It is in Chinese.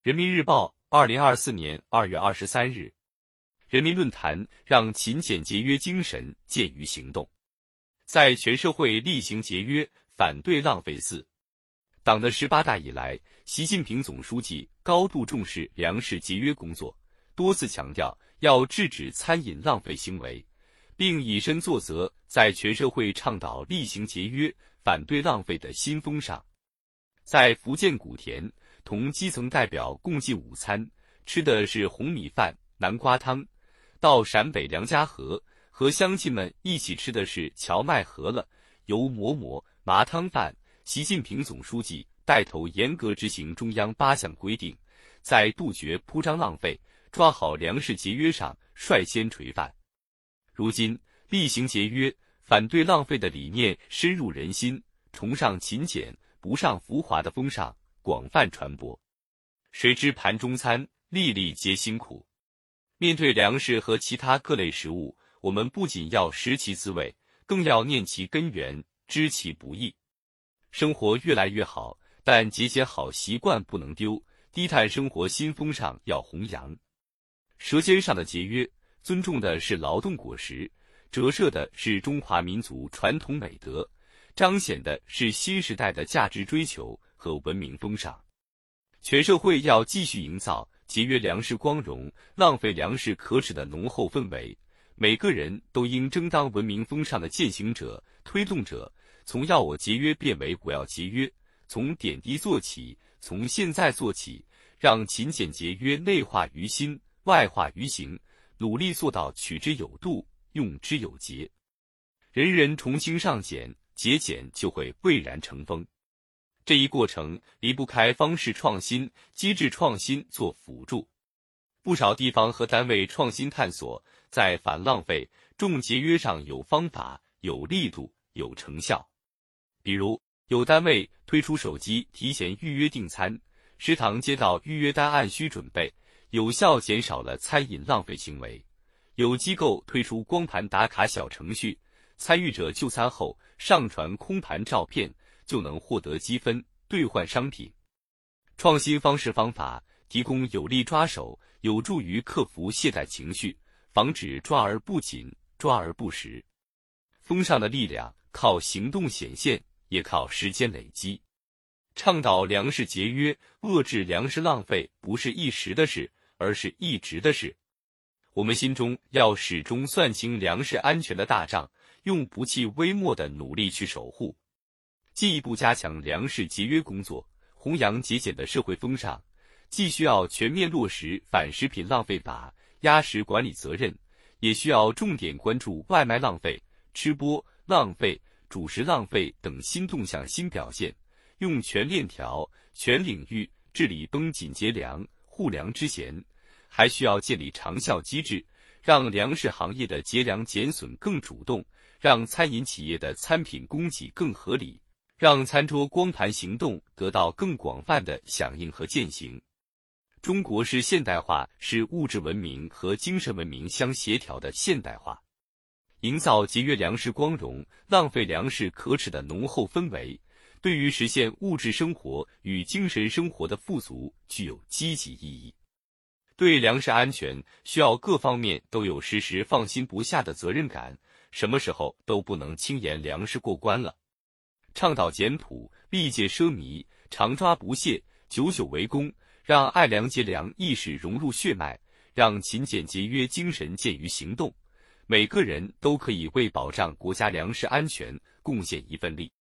人民日报2024年2月23日，人民论坛让勤俭节约精神见于行动，在全社会厉行节约，反对浪费。党的18大以来，习近平总书记高度重视粮食节约工作，多次强调要制止餐饮浪费行为，并以身作则，在全社会倡导厉行节约、反对浪费的新风尚。在福建莆田，同基层代表共进午餐，吃的是红米饭、南瓜汤；到陕北梁家河，和乡亲们一起吃的是荞麦饸饹、油馍馍、麻汤饭。习近平总书记带头严格执行中央8项规定，在杜绝铺张浪费、抓好粮食节约上率先垂范。如今，厉行节约、反对浪费的理念深入人心，崇尚勤俭、不尚浮华的风尚广泛传播。谁知盘中餐，粒粒皆辛苦。面对粮食和其他各类食物，我们不仅要识其滋味，更要念其根源，知其不易。生活越来越好，但节俭好习惯不能丢，低碳生活新风尚要弘扬。舌尖上的节约，尊重的是劳动果实，折射的是中华民族传统美德，彰显的是新时代的价值追求和文明风尚。全社会要继续营造节约粮食光荣、浪费粮食可耻的浓厚氛围，每个人都应争当文明风尚的践行者、推动者，从要我节约变为我要节约，从点滴做起，从现在做起，让勤俭节约内化于心，外化于行，努力做到取之有度，用之有节。人人崇清尚俭，节俭就会蔚然成风。这一过程离不开方式创新、机制创新做辅助。不少地方和单位创新探索，在反浪费、重节约上有方法、有力度、有成效。比如，有单位推出手机提前预约订餐，食堂接到预约单按需准备，有效减少了餐饮浪费行为。有机构推出光盘打卡小程序，参与者就餐后上传空盘照片，就能获得积分兑换商品。创新方式方法，提供有力抓手，有助于克服懈怠情绪，防止抓而不紧、抓而不实。风尚的力量靠行动显现，也靠时间累积。倡导粮食节约、遏制粮食浪费，不是一时的事，而是一直的事。我们心中要始终算清粮食安全的大账，用不弃微末的努力去守护。进一步加强粮食节约工作，弘扬节俭的社会风尚，既需要全面落实反食品浪费法、压实管理责任，也需要重点关注外卖浪费、吃播浪费、主食浪费等新动向新表现，用全链条、全领域治理绷紧节粮、护粮之嫌。还需要建立长效机制，让粮食行业的节粮减损更主动，让餐饮企业的餐品供给更合理，让餐桌光盘行动得到更广泛的响应和践行。中国式现代化是物质文明和精神文明相协调的现代化，营造节约粮食光荣、浪费粮食可耻的浓厚氛围，对于实现物质生活与精神生活的富足具有积极意义。对粮食安全，需要各方面都有时时放心不下的责任感，什么时候都不能轻言粮食过关了。倡导简朴，历戒奢靡，常抓不懈，久久为功，让爱粮节粮意识融入血脉，让勤俭节约精神见于行动。每个人都可以为保障国家粮食安全贡献一份力。